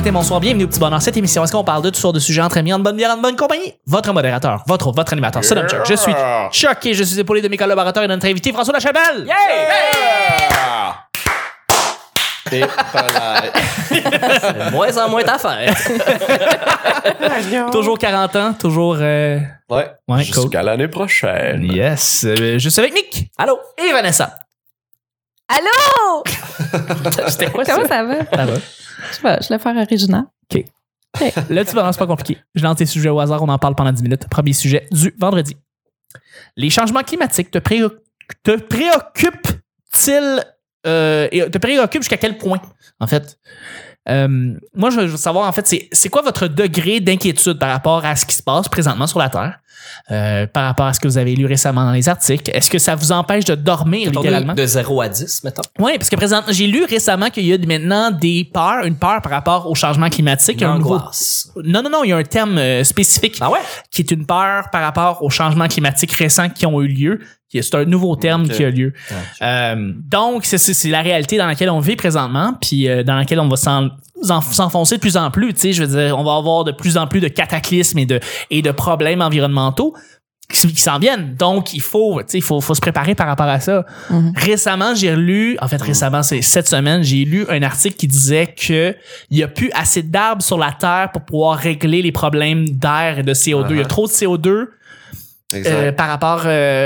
matin, bonsoir, bienvenue au Petit Bonheur. Cette émission, est-ce qu'on parle de toutes sortes de sujets entre amis, en bonne bière, en bonne compagnie? Votre modérateur, votre hôte, votre animateur, c'est Chuck. Je suis Chuck et je suis épaulé de mes collaborateurs et de notre invité, François Lachapelle. Yeah! Et voilà. De moins en moins ta fête. Toujours 40 ans, toujours... Ouais, jusqu'à jusqu'à l'année prochaine. Yes. Je suis avec Nick. Allô? Et Vanessa. Allô? C'était quoi ça? Comment ça va? Ça va. Je vais faire original. OK. Le Petit Bonheur, c'est pas compliqué. Je lance tes sujets au hasard, on en parle pendant 10 minutes. Premier sujet du vendredi. Les changements climatiques te préoccupent-ils et te préoccupent jusqu'à quel point, en fait? Moi, je veux savoir, en fait, c'est quoi votre degré d'inquiétude par rapport à ce qui se passe présentement sur la Terre? Par rapport à ce que vous avez lu récemment dans les articles. Est-ce que ça vous empêche de dormir, littéralement? De 0 à 10, mettons. Oui, parce que présentement, j'ai lu récemment qu'il y a maintenant une peur par rapport au changement climatique. Angoisse. Non, il y a un terme spécifique Ah ouais? qui est une peur par rapport aux changements climatiques récents qui ont eu lieu. C'est un nouveau terme qui a lieu. Donc, c'est la réalité dans laquelle on vit présentement, puis dans laquelle on va s'enfoncer de plus en plus. Tu sais, je veux dire, on va avoir de plus en plus de cataclysmes et de problèmes environnementaux qui s'en viennent. Donc, il faut se préparer par rapport à ça. Mm-hmm. Récemment, c'est cette semaine, j'ai lu un article qui disait que il y a plus assez d'arbres sur la Terre pour pouvoir régler les problèmes d'air et de CO2. Il y a trop de CO2 par rapport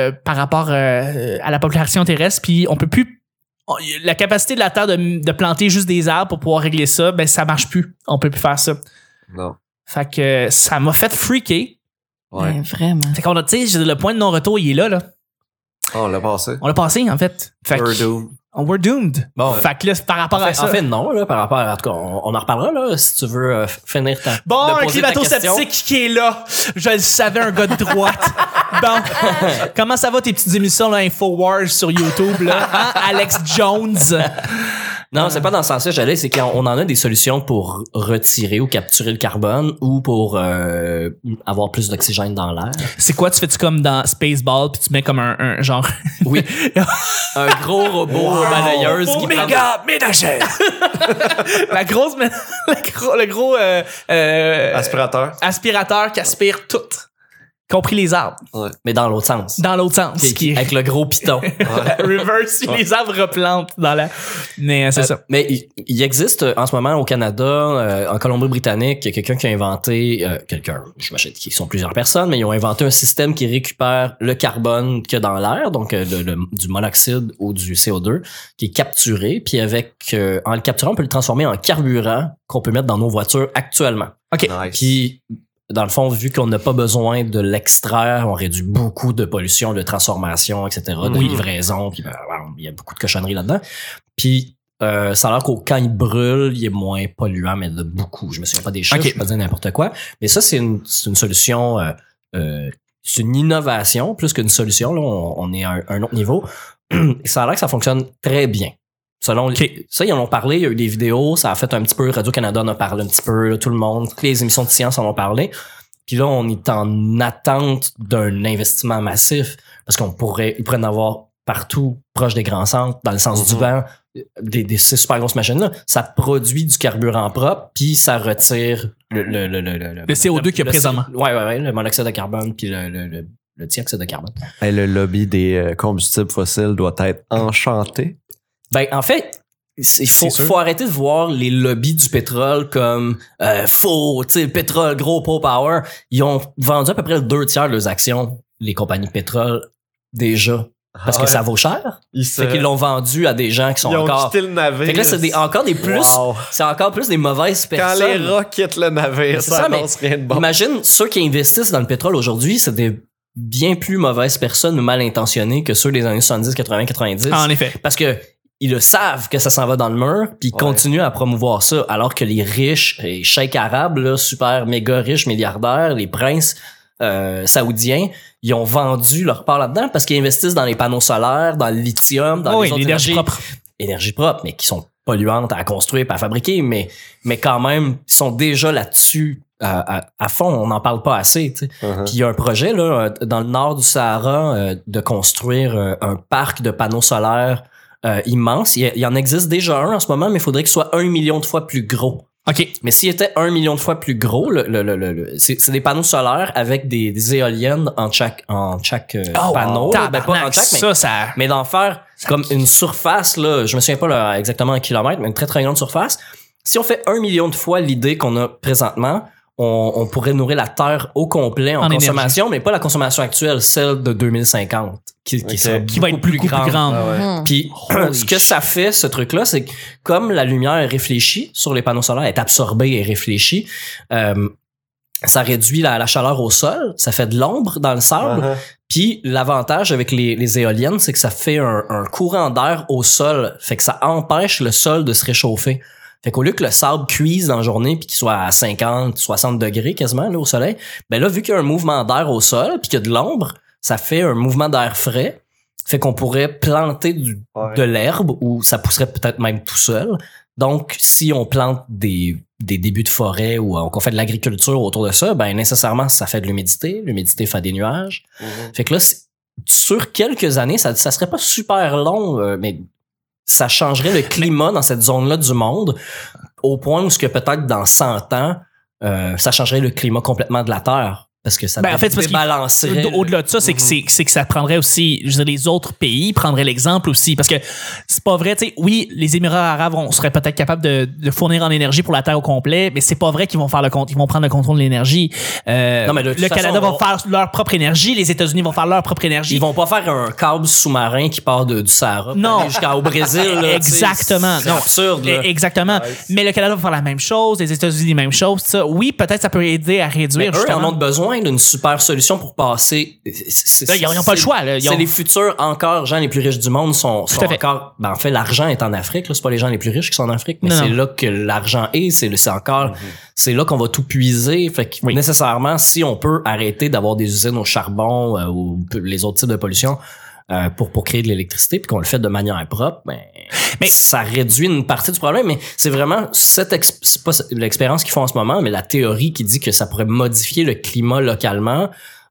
à la population terrestre, puis on peut plus. La capacité de la Terre de planter juste des arbres pour pouvoir régler ça, ben ça marche plus. On peut plus faire ça. Non. Fait que ça m'a fait freaker. Ouais. Ouais, vraiment. Fait qu'on a, tu sais, le point de non-retour, il est là. Oh, on l'a passé. On l'a passé, en fait. Fait que, We're doomed. we're doomed. Bon. Fait que là, par rapport à ça. En fait, non, là, par rapport à. En tout cas, on en reparlera, là, si tu veux finir ta. Bon, de un poser ta climato-sceptique qui est là. Je le savais, un gars de droite. Bon. Comment ça va tes petites émissions, là, InfoWars sur YouTube, là? Hein? Alex Jones. Non, c'est pas dans ce sens-là, c'est qu'on en a des solutions pour retirer ou capturer le carbone ou pour avoir plus d'oxygène dans l'air. C'est quoi, tu fais-tu comme dans Spaceball puis tu mets comme un genre... Oui. Un gros robot balayeuse qui prend... Méga ménagère. Le gros aspirateur qui aspire tout. Compris les arbres. Ouais. Mais dans l'autre sens. Dans l'autre sens. Avec le gros piton. Reverse, les arbres replantent dans la... Mais c'est ça. Mais il existe en ce moment au Canada, en Colombie-Britannique, il y a quelqu'un qui a inventé... j'imagine qu'ils sont plusieurs personnes, mais ils ont inventé un système qui récupère le carbone qu'il y a dans l'air, donc du monoxyde ou du CO2, qui est capturé, puis en le capturant, on peut le transformer en carburant qu'on peut mettre dans nos voitures actuellement. OK. Nice. Puis, dans le fond, vu qu'on n'a pas besoin de l'extraire, on réduit beaucoup de pollution, de transformation, etc., de livraison, puis il y a beaucoup de cochonneries là-dedans. Puis, ça a l'air quand il brûle, il est moins polluant, mais de beaucoup. Je me souviens pas des chiffres, je peux pas dire n'importe quoi. Mais ça, c'est une solution, c'est une innovation plus qu'une solution. Là, on est à un autre niveau. Ça a l'air que ça fonctionne très bien. Selon ça, ils en ont parlé, il y a eu des vidéos, ça a fait un petit peu, Radio-Canada en a parlé un petit peu, là, tout le monde, toutes les émissions de science en ont parlé. Puis là, on est en attente d'un investissement massif parce ils pourraient en avoir partout proche des grands centres, dans le sens du vent, ces super grosses machines-là. Ça produit du carburant propre, puis ça retire le CO2 qu'il y a présentement. Ouais, le monoxyde de carbone, puis le dioxyde de carbone. Et le lobby des combustibles fossiles doit être enchanté. Ben, en fait, il faut arrêter de voir les lobbies du pétrole comme faux, tu sais, pétrole, gros power. Ils ont vendu à peu près le 2/3 de leurs actions, les compagnies de pétrole, déjà. Parce que ça vaut cher. Fait qu'ils l'ont vendu à des gens qui sont encore... Ils ont quitté le navire. Fait que là, c'est encore des plus... Wow. C'est encore plus des mauvaises personnes. Quand les rats quittent le navire, ça annonce rien de bon. Imagine, ceux qui investissent dans le pétrole aujourd'hui, c'est des bien plus mauvaises personnes ou mal intentionnées que ceux des années 70, 80, 90. En effet. Parce que ils le savent que ça s'en va dans le mur, puis ils continuent à promouvoir ça, alors que les riches, les cheikhs arabes, là, super méga riches, milliardaires, les princes saoudiens, ils ont vendu leur part là-dedans parce qu'ils investissent dans les panneaux solaires, dans le lithium, dans les autres l'énergie propre. Énergie propre, mais qui sont polluantes à construire et à fabriquer, mais quand même, ils sont déjà là-dessus à fond, on n'en parle pas assez. Tu sais. Puis il y a un projet là dans le nord du Sahara de construire un parc de panneaux solaires immense. Il y en existe déjà un en ce moment, mais il faudrait qu'il soit 1 million de fois plus gros. OK. Mais s'il était 1 million de fois plus gros, c'est des panneaux solaires avec des éoliennes en chaque panneau. Ben, pas en chaque, mais d'en faire comme une surface, là, je me souviens pas là, exactement en kilomètres, mais une très très grande surface. Si on fait 1 million de fois l'idée qu'on a présentement, on pourrait nourrir la Terre au complet en consommation, mais pas la consommation actuelle, celle de 2050, qui va être plus grande. Ah ouais. Puis ce que ça fait, ce truc-là, c'est que comme la lumière est réfléchie sur les panneaux solaires, est absorbée et réfléchie, ça réduit la chaleur au sol, ça fait de l'ombre dans le sable. Puis l'avantage avec les éoliennes, c'est que ça fait un courant d'air au sol, fait que ça empêche le sol de se réchauffer. Fait qu'au lieu que le sable cuise dans la journée puis qu'il soit à 50, 60 degrés quasiment là au soleil, ben là vu qu'il y a un mouvement d'air au sol puis qu'il y a de l'ombre, ça fait un mouvement d'air frais. Fait qu'on pourrait planter de l'herbe ou ça pousserait peut-être même tout seul. Donc si on plante des débuts de forêt ou qu'on fait de l'agriculture autour de ça, ben nécessairement ça fait de l'humidité, l'humidité fait des nuages. Fait que là sur quelques années, ça serait pas super long mais ça changerait le climat dans cette zone-là du monde au point où ce que peut-être dans 100 ans, ça changerait le climat complètement de la Terre. Parce que ça débalancerait. Au-delà de ça, c'est que ça prendrait aussi, je veux dire, les autres pays prendraient l'exemple aussi. Parce que c'est pas vrai, tu sais, oui, les Émirats arabes seraient peut-être capables de fournir en énergie pour la Terre au complet, mais c'est pas vrai qu'ils vont prendre le contrôle de l'énergie. Non, mais le Canada va faire leur propre énergie, les États-Unis vont faire leur propre énergie. Ils vont pas faire un câble sous-marin qui part du Sahara jusqu'au Brésil. Là, exactement. C'est absurde. Là. Exactement. Ouais. Mais le Canada va faire la même chose, les États-Unis, même chose. Ça. Oui, peut-être ça peut aider à réduire. Mais eux en ont besoin d'une super solution pour passer. Ils n'ont pas le choix. Là. C'est les futurs encore gens les plus riches du monde sont encore. Ben en fait, l'argent est en Afrique. Là, c'est pas les gens les plus riches qui sont en Afrique, mais c'est là que l'argent est. C'est encore. C'est là qu'on va tout puiser. Fait que nécessairement, si on peut arrêter d'avoir des usines au charbon ou les autres types de pollution. Pour créer de l'électricité puis qu'on le fait de manière propre, mais ça réduit une partie du problème. Mais c'est vraiment c'est pas l'expérience qu'ils font en ce moment, mais la théorie qui dit que ça pourrait modifier le climat localement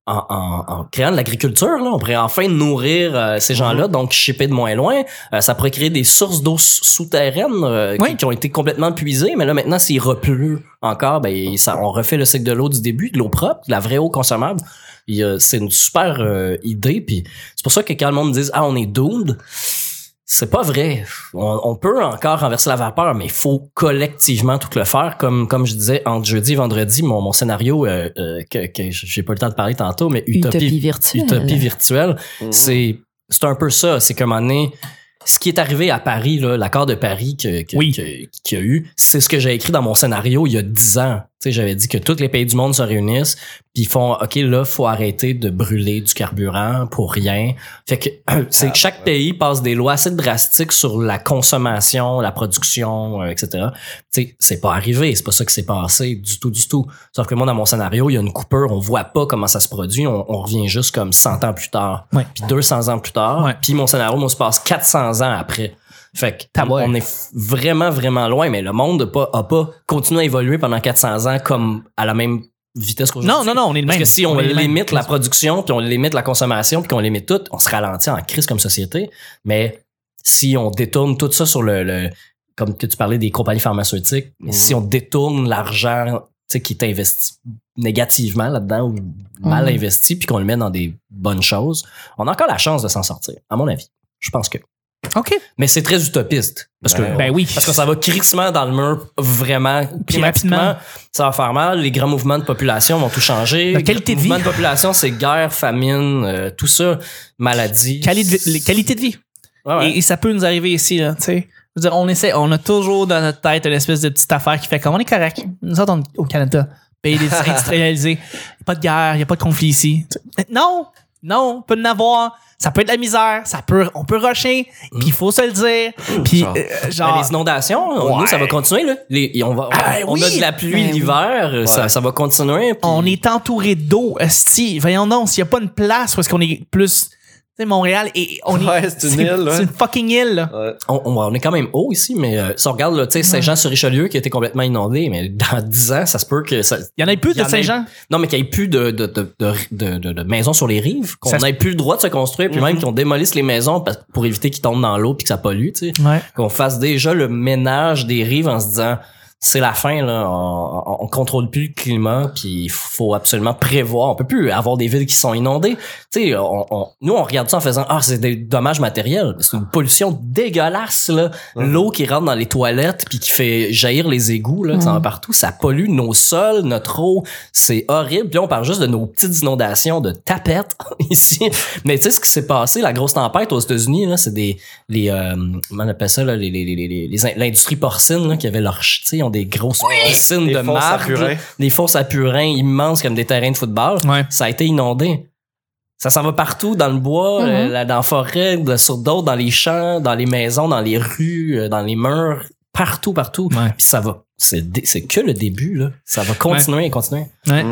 en créant de l'agriculture. Là, on pourrait enfin nourrir ces gens-là, donc shipper de moins loin. Ça pourrait créer des sources d'eau souterraines qui ont été complètement puisées, mais là maintenant s'il repleut encore, ben on refait le cycle de l'eau du début, de l'eau propre, de la vraie eau consommable. C'est une super idée, puis c'est pour ça que quand le monde dit on est doomed, c'est pas vrai. On peut encore renverser la vapeur, mais il faut collectivement tout le faire. Comme je disais entre jeudi et vendredi, mon scénario que j'ai pas le temps de parler tantôt, mais utopie virtuelle, c'est un peu ça. C'est qu'à un moment donné, ce qui est arrivé à Paris, là, l'accord de Paris qu'il y a eu, c'est ce que j'ai écrit dans mon scénario il y a 10 ans. Tu sais, j'avais dit que tous les pays du monde se réunissent, puis ils font OK, là, faut arrêter de brûler du carburant pour rien. Fait que chaque pays passe des lois assez drastiques sur la consommation, la production, etc. Tu sais, c'est pas arrivé, c'est pas ça qui s'est passé du tout. Sauf que moi, dans mon scénario, il y a une coupure, on voit pas comment ça se produit, on revient juste comme 100 ans plus tard, puis 200 ans plus tard, puis mon scénario, moi, se passe 400 ans après. Fait que on est vraiment, vraiment loin, mais le monde a pas continué à évoluer pendant 400 ans comme à la même vitesse qu'aujourd'hui. Non, on est le même. Parce que si on limite la production, puis on limite la consommation, puis qu'on limite tout, on se ralentit en crise comme société. Mais si on détourne tout ça sur comme que tu parlais des compagnies pharmaceutiques, si on détourne l'argent qui est investi négativement là-dedans ou mal investi, puis qu'on le met dans des bonnes choses, on a encore la chance de s'en sortir, à mon avis. Je pense que. OK. Mais c'est très utopiste. Parce que ça va crissement dans le mur vraiment. Puis rapidement, ça va faire mal. Les grands mouvements de population vont tout changer. La qualité de vie. Les mouvements de population, c'est guerre, famine, tout ça, maladie. Qualité de vie. Ouais. Et ça peut nous arriver ici, là, tu sais. Je veux dire, on a toujours dans notre tête une espèce de petite affaire qui fait comme on est correct. Nous autres, au Canada, pays industrialisé. Il n'y a pas de guerre, il n'y a pas de conflit ici. Non, on peut en avoir. Ça peut être de la misère, on peut rusher, puis il faut se le dire. Puis genre les inondations, nous ça va continuer là. On a de la pluie l'hiver, ça va continuer. Puis on est entouré d'eau. Voyons donc, s'il y a pas une place où est-ce qu'on est plus Montréal et on c'est une île, c'est une fucking île là. Ouais. On est quand même haut ici, mais si on regarde là, tu sais, Saint-Jean-sur-Richelieu qui a été complètement inondé, mais dans 10 ans, ça se peut que ça. Il y en ait plus de Saint-Jean. Non, mais qu'il y ait plus de maisons sur les rives, qu'on n'ait plus le droit de se construire, puis même qu'on démolisse les maisons pour éviter qu'ils tombent dans l'eau puis que ça pollue, tu sais. Ouais. Qu'on fasse déjà le ménage des rives en se disant c'est la fin, là. On contrôle plus le climat, puis il faut absolument prévoir. On peut plus avoir des villes qui sont inondées. Tu sais, nous, on regarde ça en faisant, c'est des dommages matériels. C'est une pollution dégueulasse, là. L'eau qui rentre dans les toilettes, puis qui fait jaillir les égouts, là, que ça va partout. Ça pollue nos sols, notre eau. C'est horrible. Puis là, on parle juste de nos petites inondations de tapettes, ici. Mais tu sais, ce qui s'est passé, la grosse tempête aux États-Unis, là, c'est comment on appelle ça, là, l'industrie porcine, là, qui avait leur, tu sais, des grosses piscines de marbre, des fosses à purin immenses comme des terrains de football. Ouais. Ça a été inondé. Ça s'en va partout dans le bois, dans la forêt, sur d'autres, dans les champs, dans les maisons, dans les rues, dans les murs, partout. Ouais. Puis ça va. C'est que le début, là. Ça va continuer et continuer. Ouais.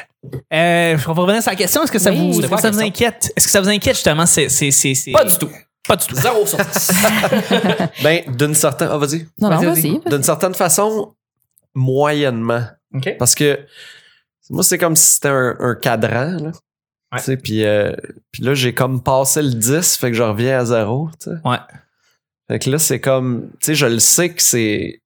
On va revenir sur la question. Est-ce que ça vous inquiète? Est-ce que ça vous inquiète, justement? C'est... Pas du tout. Pas du tout. 0 sur 10. Ben, d'une certaine... vas-y. Non, vas-y. D'une certaine façon, moyennement. Okay. Parce que moi, c'est comme si c'était un cadran, là. Ouais. Tu sais, puis là, j'ai comme passé le 10, fait que je reviens à 0, tu sais. Ouais. Fait que là, c'est comme... Tu sais, je le sais que c'est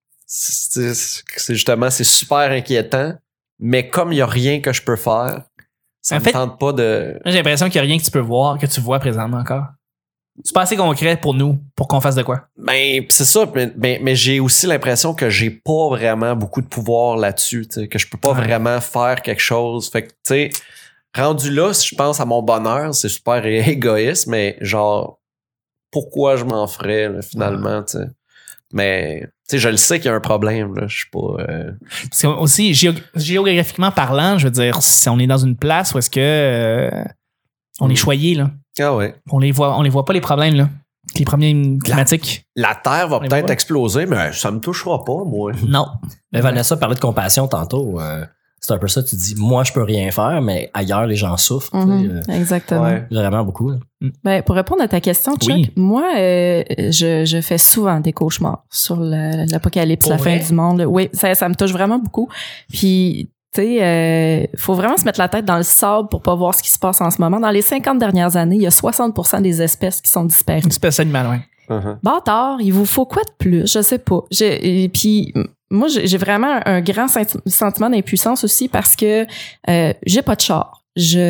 justement, c'est super inquiétant, mais comme il y a rien que je peux faire, ça me tente pas de... J'ai l'impression qu'il y a rien que tu peux voir, que tu vois présentement encore. C'est pas assez concret pour nous, pour qu'on fasse de quoi? Ben, c'est ça, mais j'ai aussi l'impression que j'ai pas vraiment beaucoup de pouvoir là-dessus, tu sais, que je peux pas vraiment faire quelque chose. Fait que, tu sais, rendu là, si je pense à mon bonheur, c'est super égoïste, mais genre, pourquoi je m'en ferais, là, finalement, tu sais? Mais, tu sais, je le sais qu'il y a un problème, là, je suis pas... Parce que aussi, géographiquement parlant, je veux dire, si on est dans une place où est-ce que on est choyé, là. Ah ouais. On les voit pas les problèmes, là. Les problèmes climatiques. La Terre va peut-être exploser, mais ça me touchera pas, moi. Non. Mais Vanessa parlait de compassion tantôt. C'est un peu ça, tu dis, moi, je peux rien faire, mais ailleurs, les gens souffrent. Exactement. Ouais. Vraiment beaucoup. Ben, pour répondre à ta question, Chuck, moi, je fais souvent des cauchemars sur l'apocalypse, la fin du monde. Oui, ça me touche vraiment beaucoup. Puis, tu sais, faut vraiment se mettre la tête dans le sable pour pas voir ce qui se passe en ce moment. Dans les 50 dernières années, il y a 60% des espèces qui sont disparues. Une espèce animale, oui. Bâtard, il vous faut quoi de plus? Je sais pas. Puis moi, j'ai vraiment un grand sentiment d'impuissance aussi parce que j'ai pas de char.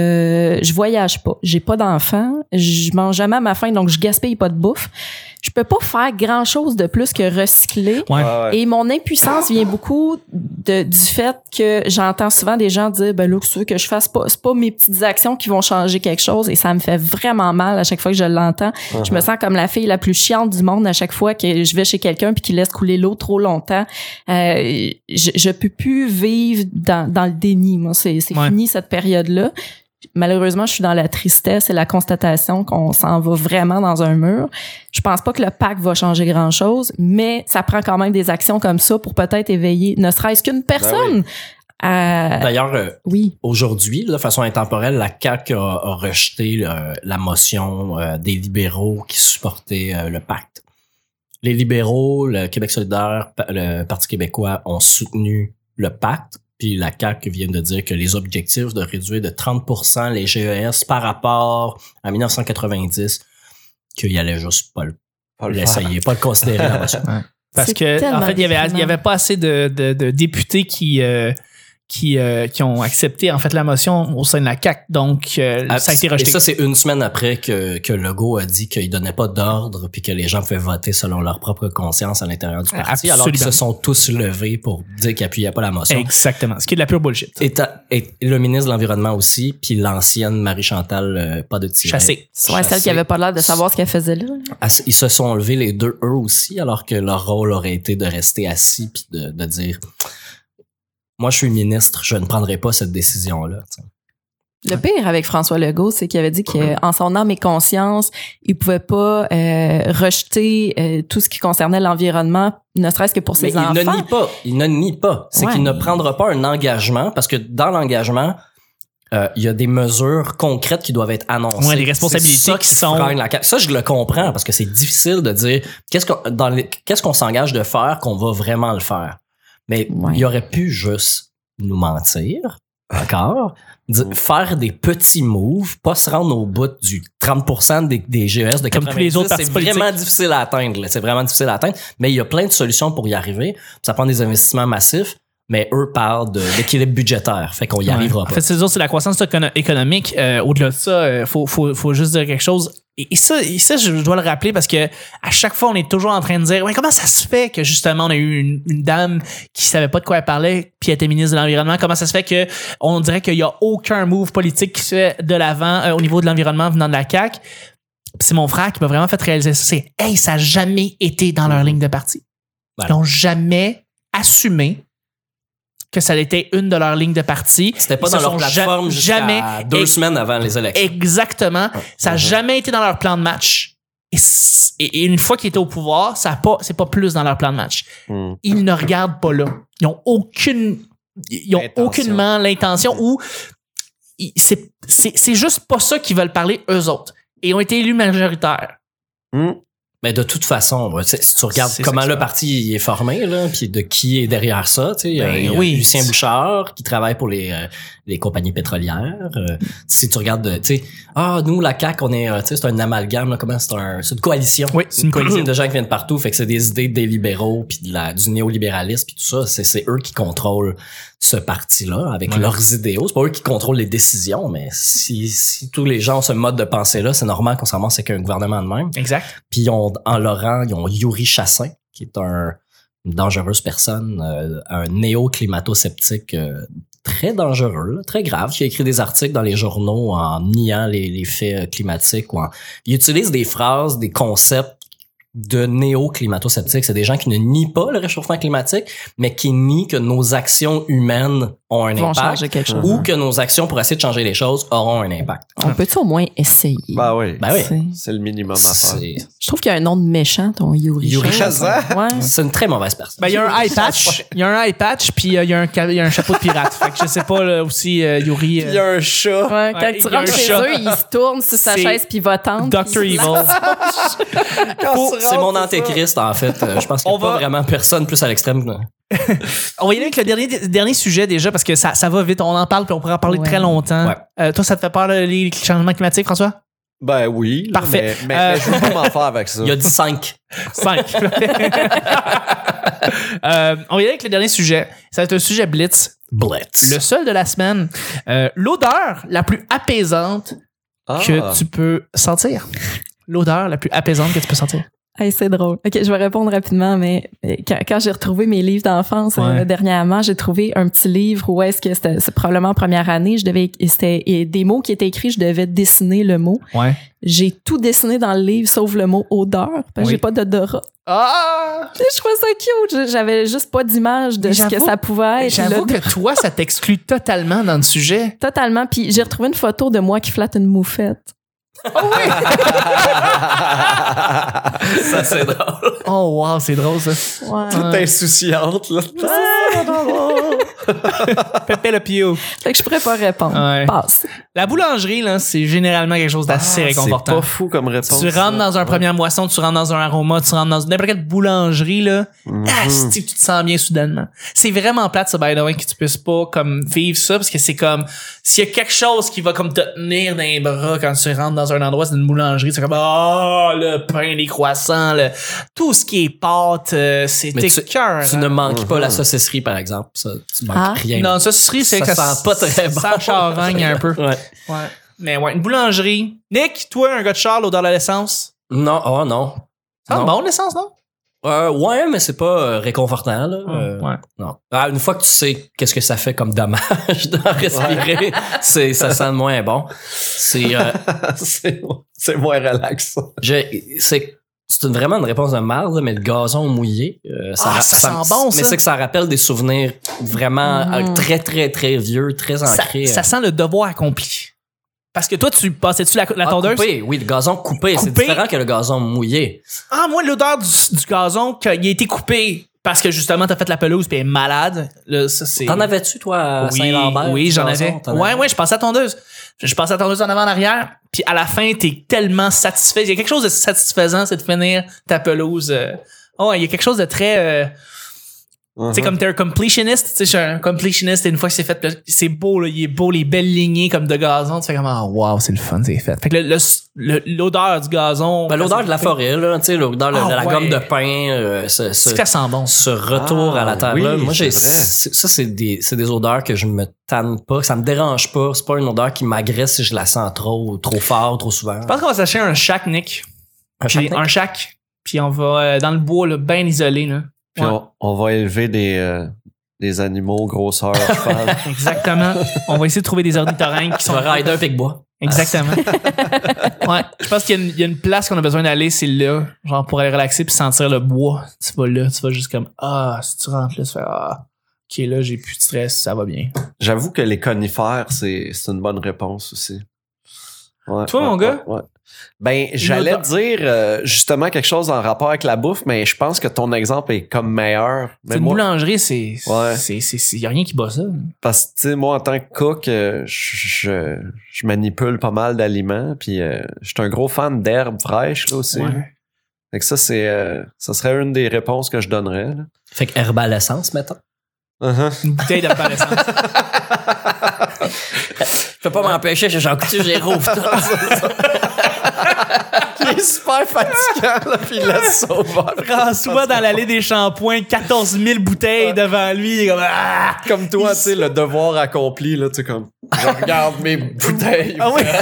Je voyage pas. J'ai pas d'enfants. Je mange jamais à ma faim, donc je gaspille pas de bouffe. Je peux pas faire grand chose de plus que recycler. Ouais. Et mon impuissance vient beaucoup du fait que j'entends souvent des gens dire, ben là, ce que je fasse pas, c'est pas mes petites actions qui vont changer quelque chose, et ça me fait vraiment mal à chaque fois que je l'entends. Je me sens comme la fille la plus chiante du monde à chaque fois que je vais chez quelqu'un puis qu'il laisse couler l'eau trop longtemps. Je peux plus vivre dans le déni. Moi, c'est fini cette période-là. Malheureusement, je suis dans la tristesse et la constatation qu'on s'en va vraiment dans un mur. Je pense pas que le pacte va changer grand-chose, mais ça prend quand même des actions comme ça pour peut-être éveiller ne serait-ce qu'une personne. D'ailleurs, aujourd'hui, de façon intemporelle, la CAQ a rejeté la motion des libéraux qui supportaient le pacte. Les libéraux, le Québec solidaire, le Parti québécois ont soutenu le pacte. Puis la CAQ vient de dire que les objectifs de réduire de 30% les GES par rapport à 1990, qu'il allait juste pas l'essayer, pas le considérer. Parce que en fait, il y avait pas assez de députés qui ont accepté en fait la motion au sein de la CAQ, donc ça a été rejeté. Et ça, c'est une semaine après que Legault a dit qu'il donnait pas d'ordre puis que les gens pouvaient voter selon leur propre conscience à l'intérieur du parti. Absolument. Alors qu'ils se sont tous levés pour dire qu'ils appuyaient pas la motion. Exactement, ce qui est de la pure bullshit. Et le ministre de l'Environnement aussi, puis l'ancienne Marie-Chantal pas de tirer. Chassé. Ouais, celle qui avait pas l'air de savoir ce qu'elle faisait là. Ils se sont levés les deux, eux aussi, alors que leur rôle aurait été de rester assis puis de dire... Moi, je suis ministre, je ne prendrai pas cette décision-là. T'sais. Le pire avec François Legault, c'est qu'il avait dit qu'en son âme et conscience, il pouvait pas rejeter tout ce qui concernait l'environnement, ne serait-ce que pour ses enfants. Il ne nie pas. C'est qu'il ne prendra pas un engagement, parce que dans l'engagement, il y a des mesures concrètes qui doivent être annoncées. Ouais, des responsabilités qui sont... Ça, je le comprends, parce que c'est difficile de dire qu'est-ce qu'on s'engage de faire qu'on va vraiment le faire. Mais il aurait pu juste nous mentir. encore. Faire des petits moves, pas se rendre au bout du 30% des GES de 90, Comme tous les autres partis c'est politiques. vraiment difficile à atteindre. Là. C'est vraiment difficile à atteindre. Mais il y a plein de solutions pour y arriver. Ça prend des investissements massifs. Mais eux parlent d'équilibre budgétaire. Fait qu'on y arrivera En pas. fait, c'est la croissance économique. Au-delà de ça, faut juste dire quelque chose. Et ça, je dois le rappeler parce que à chaque fois, on est toujours en train de dire, ouais, comment ça se fait que justement, on a eu une dame qui savait pas de quoi elle parlait, puis elle était ministre de l'Environnement. Comment ça se fait que on dirait qu'il y a aucun move politique qui se fait de l'avant au niveau de l'environnement venant de la CAQ. Puis c'est mon frère qui m'a vraiment fait réaliser ça. C'est, hey, ça a jamais été dans leur ligne de parti. Ils n'ont jamais assumé que ça était une de leurs lignes de parti. C'était pas Ils dans se leur sont plateforme jusqu'à jamais 2 semaines avant les élections. Exactement. Ça n'a jamais été dans leur plan de match. Et une fois qu'ils étaient au pouvoir, c'est pas plus dans leur plan de match. Ils ne regardent pas là. Ils ont aucunement l'intention ou c'est juste pas ça qu'ils veulent parler eux autres. Et ils ont été élus majoritaires. Mais de toute façon, si tu regardes comment le parti est formé, là, puis de qui est derrière ça, tu sais, il y a Lucien Bouchard qui travaille pour les compagnies pétrolières. Si tu regardes, tu sais, nous la CAQ, on est, tu sais, c'est un amalgame, là, comment c'est une coalition. Oui, c'est une coalition de gens qui viennent de partout, fait que c'est des idées des libéraux puis du néolibéralisme puis tout ça, c'est eux qui contrôlent ce parti-là avec leurs idéaux. C'est pas eux qui contrôlent les décisions, mais si tous les gens ont ce mode de pensée-là, c'est normal qu'on s'en ramasse avec un gouvernement de même. Exact. Puis en Laurent, ils ont Yuri Chassin, qui est une dangereuse personne, un néo-climato-sceptique très dangereux, là, très grave, qui a écrit des articles dans les journaux en niant les faits climatiques. Il utilise des phrases, des concepts de néo-climato-sceptiques. C'est des gens qui ne nient pas le réchauffement climatique, mais qui nient que nos actions humaines ont un impact ou que nos actions pour essayer de changer les choses auront un impact. On peut-tu au moins essayer? Ben oui. C'est- C'est le minimum à faire. Je trouve qu'il y a un nom de méchant, ton Yuri Chazan? Ouais. C'est une très mauvaise personne. Ben, il y a un eye patch. Il y a un eye patch, puis il y a un chapeau de pirate. Fait que je sais pas, là, aussi, Yuri. Il y a un chat. Ouais, quand Ouais, tu il y a rentres un chez chat. eux, il se tourne sur sa C'est chaise puis il va tendre. Dr. puis- Evil. C'est mon antéchrist, en fait. Je pense qu'il n'y On a pas va- vraiment personne plus à l'extrême. Là. On va y aller avec le dernier sujet déjà parce que ça va vite. On en parle puis on pourrait en parler Ouais. très longtemps. Ouais. Toi, ça te fait peur les changements climatiques, François? Ben oui. là, Parfait. Mais je veux pas m'en faire avec ça. Il y a dit 5. 5. On va y aller avec le dernier sujet. Ça va être un sujet blitz. Blitz. Le seul de la semaine. L'odeur la plus apaisante que tu peux sentir. L'odeur la plus apaisante que tu peux sentir. Hey, c'est drôle. OK, je vais répondre rapidement, mais quand j'ai retrouvé mes livres d'enfance dernièrement, j'ai trouvé un petit livre où est-ce que c'est probablement en première année, c'était des mots qui étaient écrits, je devais dessiner le mot. Ouais. J'ai tout dessiné dans le livre sauf le mot odeur parce que j'ai pas d'odorat. Ah! Je trouvais ça cute. J'avais juste pas d'image de ce que ça pouvait être. J'avoue que toi, ça t'exclut totalement dans le sujet. Totalement. Puis j'ai retrouvé une photo de moi qui flatte une moufette. Oh oui! Ça, c'est drôle. Oh wow, c'est drôle ça. Ouais. Toute insouciante, là. Pépé le Pio. Fait que je pourrais pas répondre. Ouais. Passe. La boulangerie, là, c'est généralement quelque chose d'assez réconfortant. C'est pas fou comme réponse. Tu rentres dans un première moisson, tu rentres dans un aroma, tu rentres dans n'importe quelle boulangerie, là. Asti, tu te sens bien soudainement. C'est vraiment plate, ça, by the way, que tu puisses pas, comme, vivre ça, parce que c'est comme, s'il y a quelque chose qui va, comme, te tenir dans les bras quand tu rentres dans un endroit, c'est une boulangerie, c'est comme, le pain, les croissants, tout ce qui est pâte, c'est écœurant. Tu ne manques pas la saucisserie, par exemple. Ça, tu manques rien. Non, saucisserie, c'est que ça sent pas très bon. Ça chavagne un peu. Ouais. Ouais. Mais ouais, une boulangerie. Nick, toi, un gars de Charles, l'odeur de l'essence. Non, non. Ça sent Non. bon, l'essence, non? Ouais, mais c'est pas réconfortant, là. Ouais. Non. Une fois que tu sais qu'est-ce que ça fait comme dommage de respirer, ça sent moins bon. C'est c'est moins relax. c'est vraiment une réponse de marde, mais le gazon mouillé, ça sent bon, ça. Mais c'est que ça rappelle des souvenirs vraiment très, très, très vieux, très ancrés. Ça sent le devoir accompli. Parce que toi, tu passais-tu la tondeuse? Coupé, oui, le gazon coupé. C'est différent que le gazon mouillé. Ah, moi, l'odeur du gazon, qu'il a été coupé parce que justement, t'as fait la pelouse pis elle est malade. Là, ça, c'est... T'en avais-tu, toi, à Saint-Lambert? Oui, j'en gazon, avais. Ouais, je passais à tondeuse. Je passais à tondeuse en avant, en arrière. Puis à la fin, t'es tellement satisfait. Il y a quelque chose de satisfaisant, c'est de finir ta pelouse. Oh, il y a quelque chose de très... Tu sais, comme t'es un completionist, tu sais, je suis un completionist et une fois que c'est fait, là, c'est beau, là, il est beau, les belles lignées comme de gazon, tu fais comme, ah, wow, c'est le fun, c'est fait. Fait que l'odeur du gazon. Ben, l'odeur de la forêt, là, tu sais, l'odeur de la gomme de pain, c'est que ça sent bon. ce retour à la terre, oui, là. Moi, c'est vrai. ça, c'est des odeurs que je me tanne pas, que ça me dérange pas. C'est pas une odeur qui m'agresse si je la sens trop fort, trop souvent. Je pense qu'on va s'acheter un shack, Nick. Un shack. Puis on va dans le bois, là, bien isolé, là. Puis on va élever des animaux grosseur cheval. Exactement. On va essayer de trouver des ornithorynques qui sont... On va rider un pic-bois. Exactement. Ouais. Je pense qu'il y a une place qu'on a besoin d'aller, c'est là. Genre pour aller relaxer puis sentir le bois. Tu vas là, tu vas juste comme, si tu rentres là, tu fais, ok, là, j'ai plus de stress, ça va bien. J'avoue que les conifères, c'est une bonne réponse aussi. Ouais, toi, mon gars? Ouais. Ben, j'allais dire justement quelque chose en rapport avec la bouffe, mais je pense que ton exemple est comme meilleur. Mais une moi, boulangerie, Ouais. y a rien qui bat ça. parce que, tu sais, moi, en tant que cook, je manipule pas mal d'aliments, puis je suis un gros fan d'herbes fraîches, là, aussi. Ouais. Fait que ça serait une des réponses que je donnerais, là. Fait que herbal essence, mettons. Une bouteille d'herbal essence. Je peux pas m'empêcher, j'ai Jean Coutu, j'ai rouvre tout. Il est super fatigant, là, puis il laisse ça ouvert. François, dans l'allée des shampoings, 14 000 bouteilles devant lui. Il est comme, Comme toi, tu sais, le devoir accompli, là, tu sais, comme, je regarde mes bouteilles. Ah oui?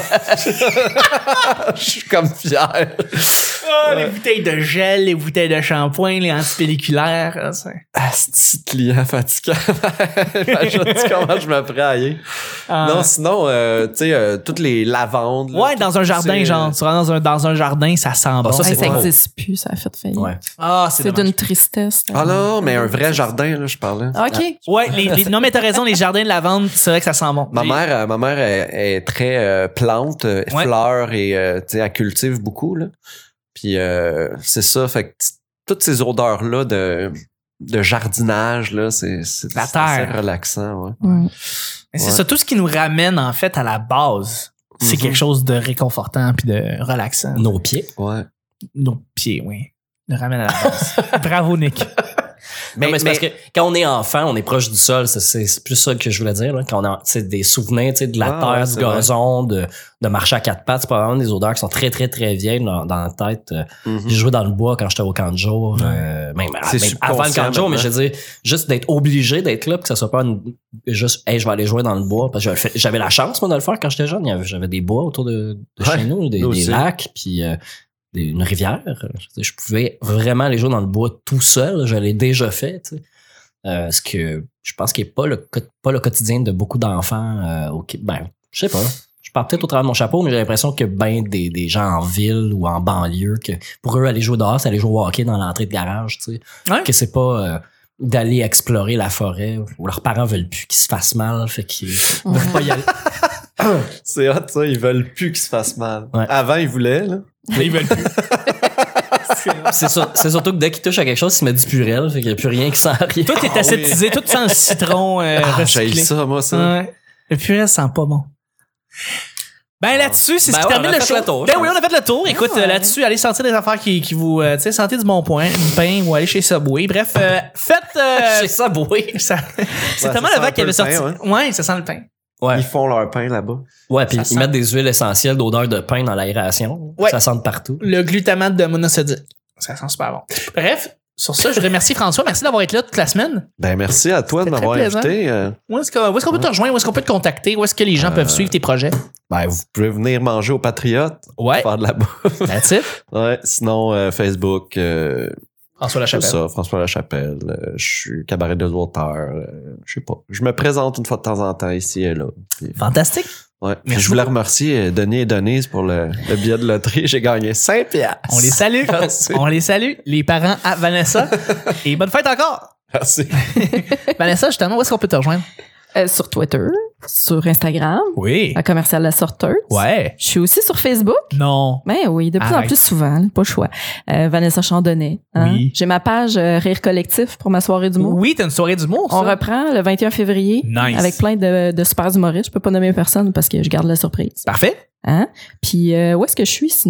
Je suis comme fier. Les bouteilles de gel, les bouteilles de shampoing, les antipelliculaires. Hein, Asti client fatigant. Imagine-tu comment je me praille. Non, sinon, tu sais, toutes les lavandes. Là, ouais, dans un jardin, genre. Tu rentres dans un jardin, ça sent bon. ça, Ça c'est bon. existe plus, ça a fait faillite. Ouais. C'est C'est dommage. d'une tristesse. Ah non, mais un vrai jardin, là, je parlais. OK. Ouais, non, mais t'as raison, les jardins de lavande, c'est vrai que ça sent bon. Ma mère est très plante, fleurs et tu sais, elle cultive beaucoup, là. Puis c'est ça, fait que toutes ces odeurs-là de jardinage, là, c'est La terre. assez relaxant, ouais. Mais c'est ça, tout ce qui nous ramène, en fait, à la base, c'est quelque chose de réconfortant puis de relaxant. Nos pieds. Ouais. Nos pieds, oui. Nous ramène à la base. Bravo, Nick. Mais c'est parce que quand on est enfant, on est proche du sol. C'est plus ça que je voulais dire. Là. Quand on a des souvenirs de la terre, du gazon, de marcher à quatre pattes, c'est pas vraiment des odeurs qui sont très, très, très vieilles dans la tête. J'ai joué dans le bois quand j'étais au camp de jour. Même avant le camp de jour, mais je veux dire, juste d'être obligé d'être là, que ça soit pas juste, hey, je vais aller jouer dans le bois. Parce que j'avais la chance, moi, de le faire quand j'étais jeune. J'avais des bois autour de chez nous, des lacs, puis une rivière. Je pouvais vraiment aller jouer dans le bois tout seul. Je l'ai déjà fait. Ce que je pense qu'il n'est pas le quotidien de beaucoup d'enfants au Québec. Ben, je sais pas. Je parle peut-être au travers de mon chapeau, mais j'ai l'impression que des gens en ville ou en banlieue, que pour eux, aller jouer dehors, c'est aller jouer au hockey dans l'entrée de garage. Ouais. Que c'est pas d'aller explorer la forêt où leurs parents veulent plus qu'ils se fassent mal. Fait qu'ils veulent pas y aller. C'est hot, ça. Ils veulent plus qu'ils se fassent mal. Ouais. Avant, ils voulaient, là. Là, ils veulent plus. C'est surtout que dès qu'ils touchent à quelque chose, ils se mettent du purel. Fait qu'il n'y a plus rien qui sent rien. Tout est aseptisé, tout sent le citron recyclé. J'ai ça, moi, ça. Ouais. Le purée sent pas bon. Ben là-dessus, c'est ce qui termine le show. Ben oui, on a fait le tour. Écoute, là-dessus, allez sentir des affaires qui vous... tu sais, sentez du bon point, du pain ou allez chez Subway. Bref, faites... Chez Subway. C'est tellement ça le vent sent qui avait un peu sorti. le pain, Ouais, ça sent le pain. Ouais. Ils font leur pain là-bas. Ouais, puis Ça ils sent- mettent des huiles essentielles d'odeur de pain dans l'aération. Ouais. Ça sent de partout. Le glutamate de monosodique. Ça sent super bon. Bref, sur ça, je remercie François. Merci d'avoir été là toute la semaine. Ben, merci à toi de C'était m'avoir très plaisant. invité. Où est-ce qu'on peut te rejoindre? Où est-ce qu'on peut te contacter? Où est-ce que les gens peuvent suivre tes projets? Ben, vous pouvez venir manger au Patriote, Ouais. faire de la bouffe. That's it. Ouais, sinon, Facebook, François c'est Lachapelle. ça, François Lachapelle. Je suis cabaret de auteurs. Je sais pas. Je me présente une fois de temps en temps ici et là. Puis, Fantastique. ouais. Puis Merci je voulais beaucoup. remercier Denis et Denise pour le billet de loterie. J'ai gagné 5 piastres. On les salue. Merci. On les salue. Les parents à Vanessa. Et bonne fête encore. Merci. Vanessa, justement, où est-ce qu'on peut te rejoindre? Sur Twitter, sur Instagram, Oui. à Commercial La Sorteuse. Ouais. Je suis aussi sur Facebook. Non. Ben oui, de plus en Arrête. plus souvent, là, pas le choix. Vanessa Chandonnet. Hein? Oui. J'ai ma page Rire Collectif pour ma soirée d'humour. Oui, t'as une soirée d'humour, ça. On reprend le 21 février Nice. avec plein de super humoristes. Je peux pas nommer personne parce que je garde la surprise. Parfait. Hein? Puis où est-ce que je suis sinon?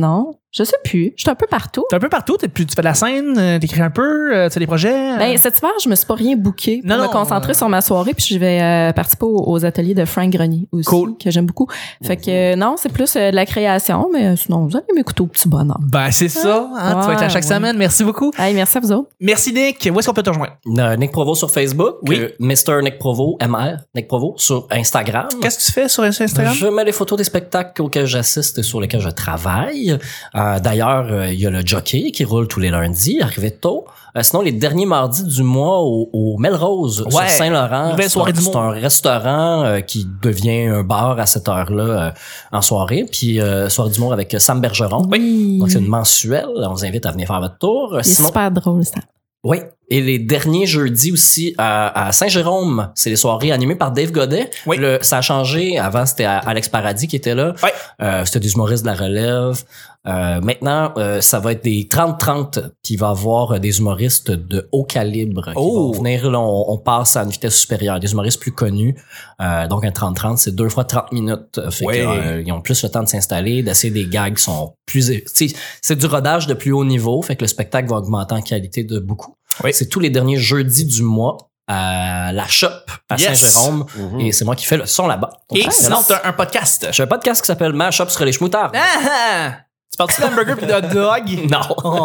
Je sais plus. Je suis un peu partout. T'es un peu partout. Tu fais de la scène, t'écris un peu, tu as des projets. Ben, cet hiver, je me suis pas rien booké pour me concentrer sur ma soirée, puis je vais participer aux ateliers de Frank Grenier aussi, que j'aime beaucoup. Fait que non, c'est plus de la création, mais sinon, vous allez m'écouter au petit bonheur. Ben, c'est ça. Hein, tu vas être là chaque semaine. Merci beaucoup. Hey, merci à vous autres. Merci, Nick. Où est-ce qu'on peut te rejoindre? Nick Provo sur Facebook. Oui. Mr. Nick Provo, MR. Nick Provo sur Instagram. Qu'est-ce que tu fais sur Instagram? Je mets les photos des spectacles auxquels j'assiste et sur lesquels je travaille. D'ailleurs, il y a le Jockey qui roule tous les lundis, arrivé tôt. Sinon, les derniers mardis du mois au Melrose sur Saint-Laurent. Nouvelle soirée du C'est un restaurant qui devient un bar à cette heure-là en soirée. Puis soirée d'humour avec Sam Bergeron. Oui. Donc c'est une mensuelle. On vous invite à venir faire votre tour. C'est super drôle, ça. Oui. Et les derniers jeudis aussi à Saint-Jérôme, c'est les soirées animées par Dave Godet. Oui. Ça a changé. Avant, c'était Alex Paradis qui était là. Oui. C'était des humoristes de la relève. Maintenant, ça va être des 30-30. Puis il va y avoir des humoristes de haut calibre qui vont venir. Là, on passe à une vitesse supérieure. Des humoristes plus connus. Donc un 30-30, c'est 2 fois 30 minutes. Fait ils ont plus le temps de s'installer, d'essayer des gags qui sont plus... C'est du rodage de plus haut niveau. Fait que le spectacle va augmenter en qualité de beaucoup. Oui. C'est tous les derniers jeudis du mois à la Shop à Saint-Jérôme. Et c'est moi qui fais le son là-bas. Et sinon, t'as un podcast. J'ai un podcast qui s'appelle Ma Shop sur les chemoutards. Tu parles-tu d'hamburger pis de hot dog? Non. Oh.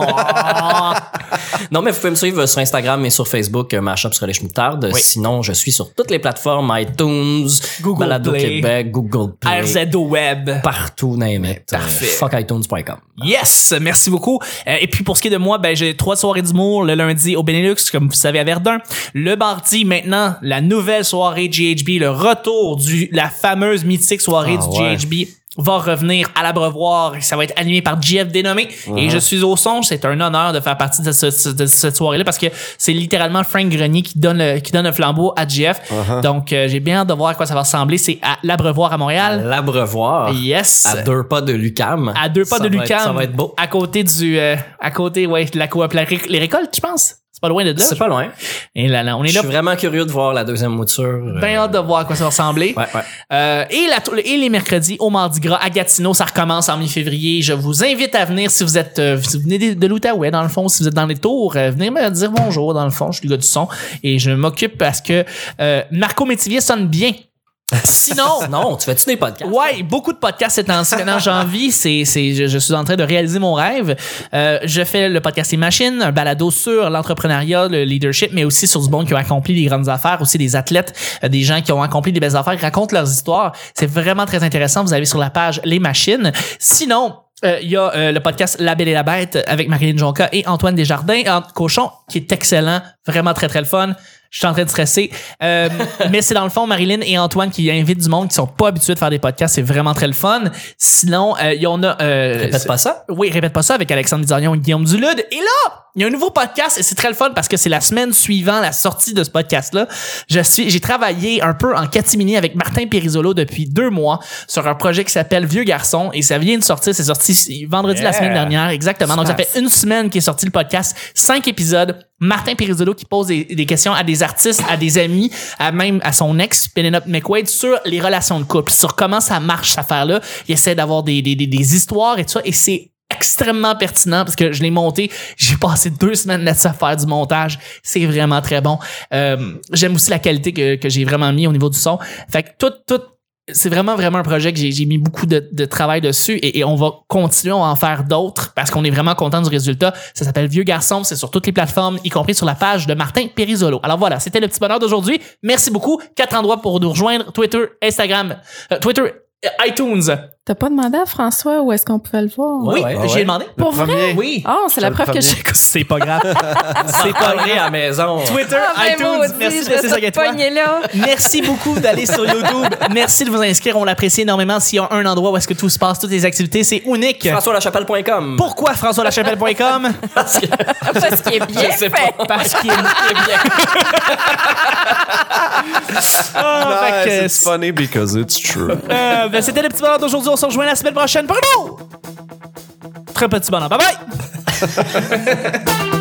Non, mais vous pouvez me suivre sur Instagram et sur Facebook, Ma Shop sur les chemoutardes. Oui. Sinon, je suis sur toutes les plateformes, iTunes, Google Balado Play, Québec, Google Play. RZO Web. Partout, name it. Parfait. FuckITunes.com. Yes! Merci beaucoup. Et puis, pour ce qui est de moi, ben, j'ai 3 soirées d'humour le lundi au Benelux, comme vous savez, à Verdun. Le mardi, maintenant, la nouvelle soirée GHB, le retour la fameuse mythique soirée du GHB. Va revenir à l'Abreuvoir. Ça va être animé par JF Dénommé. Et je suis au son. C'est un honneur de faire partie de cette soirée-là parce que c'est littéralement Frank Grenier qui donne le flambeau à JF. Donc, j'ai bien hâte de voir à quoi ça va ressembler. C'est à l'Abreuvoir à Montréal. À l'Abreuvoir. Yes. À 2 pas de l'UQAM. À 2 pas de l'UQAM. Ça va être beau. À côté de la coop les récoltes, je pense. C'est pas loin de là. C'est pas loin. Et là, on est là. Je suis vraiment curieux de voir la deuxième mouture. Bien hâte de voir à quoi ça va ressembler. Et les mercredis au Mardi Gras à Gatineau, ça recommence en mi-février. Je vous invite à venir si vous venez de l'Outaouais, dans le fond, si vous êtes dans les tours, venez me dire bonjour, dans le fond. Je suis le gars du son. Et je m'occupe parce que Marco Métivier sonne bien. Sinon, non, tu fais-tu des podcasts? Ouais, beaucoup de podcasts ces temps-ci. Maintenant, j'ai envie. Je suis en train de réaliser mon rêve. Je fais le podcast Les Machines, un balado sur l'entrepreneuriat, le leadership, mais aussi sur du monde qui ont accompli des grandes affaires, aussi des athlètes, des gens qui ont accompli des belles affaires, qui racontent leurs histoires. C'est vraiment très intéressant. Vous avez sur la page Les Machines. Sinon, il y a le podcast La Belle et la Bête avec Marilyn Jonca et Antoine Desjardins, Cochon, qui est excellent, vraiment très très le fun. Je suis en train de stresser. Mais c'est dans le fond Marilyn et Antoine qui invitent du monde qui sont pas habitués de faire des podcasts. C'est vraiment très le fun. Sinon, il y en a... Répète pas ça? Oui, Répète pas ça avec Alexandre Bizarion et Guillaume Dulude. Et là, il y a un nouveau podcast et c'est très le fun parce que c'est la semaine suivant la sortie de ce podcast-là. J'ai travaillé un peu en catimini avec Martin Périsolo depuis 2 mois sur un projet qui s'appelle Vieux Garçon et ça vient de sortir. C'est sorti vendredi la semaine dernière. Exactement. Donc, ça fait 1 semaine qu'est sorti le podcast. 5 épisodes. Martin Périsolo qui pose des questions à des artistes, à des amis, même à son ex, Penelope McQuaid, sur les relations de couple, sur comment ça marche, cette affaire-là. Il essaie d'avoir des histoires et tout ça. Et c'est extrêmement pertinent parce que je l'ai monté. J'ai passé 2 semaines là-dessus à faire du montage. C'est vraiment très bon. J'aime aussi la qualité que j'ai vraiment mis au niveau du son. Fait que tout c'est vraiment un projet que j'ai mis beaucoup de travail dessus et on va continuer à en faire d'autres parce qu'on est vraiment content du résultat. Ça s'appelle Vieux Garçon, c'est sur toutes les plateformes, y compris sur la page de Martin Périsolo. Alors voilà, c'était le petit bonheur d'aujourd'hui. Merci beaucoup. 4 endroits pour nous rejoindre: Twitter, Instagram, iTunes. T'as pas demandé à François où est-ce qu'on pouvait le voir? Oui, j'ai demandé. Pour vrai? Oui. Oh, c'est la preuve que j'écoute. C'est pas grave. C'est pas vrai à la maison. Twitter, iTunes, merci de laisser 5 étoiles. Merci beaucoup d'aller sur YouTube. Merci de vous inscrire. On l'apprécie énormément. S'il y a un endroit où est-ce que tout se passe, toutes les activités, c'est unique. FrançoisLachapelle.com. Pourquoi FrançoisLachapelle.com? Parce qu'il est bien fait. Parce qu'il est bien fait. It's funny because it's true. C'était le petit bonheur d'aujourd'hui. On se rejoint la semaine prochaine. Pour un très petit bonheur. Bye bye!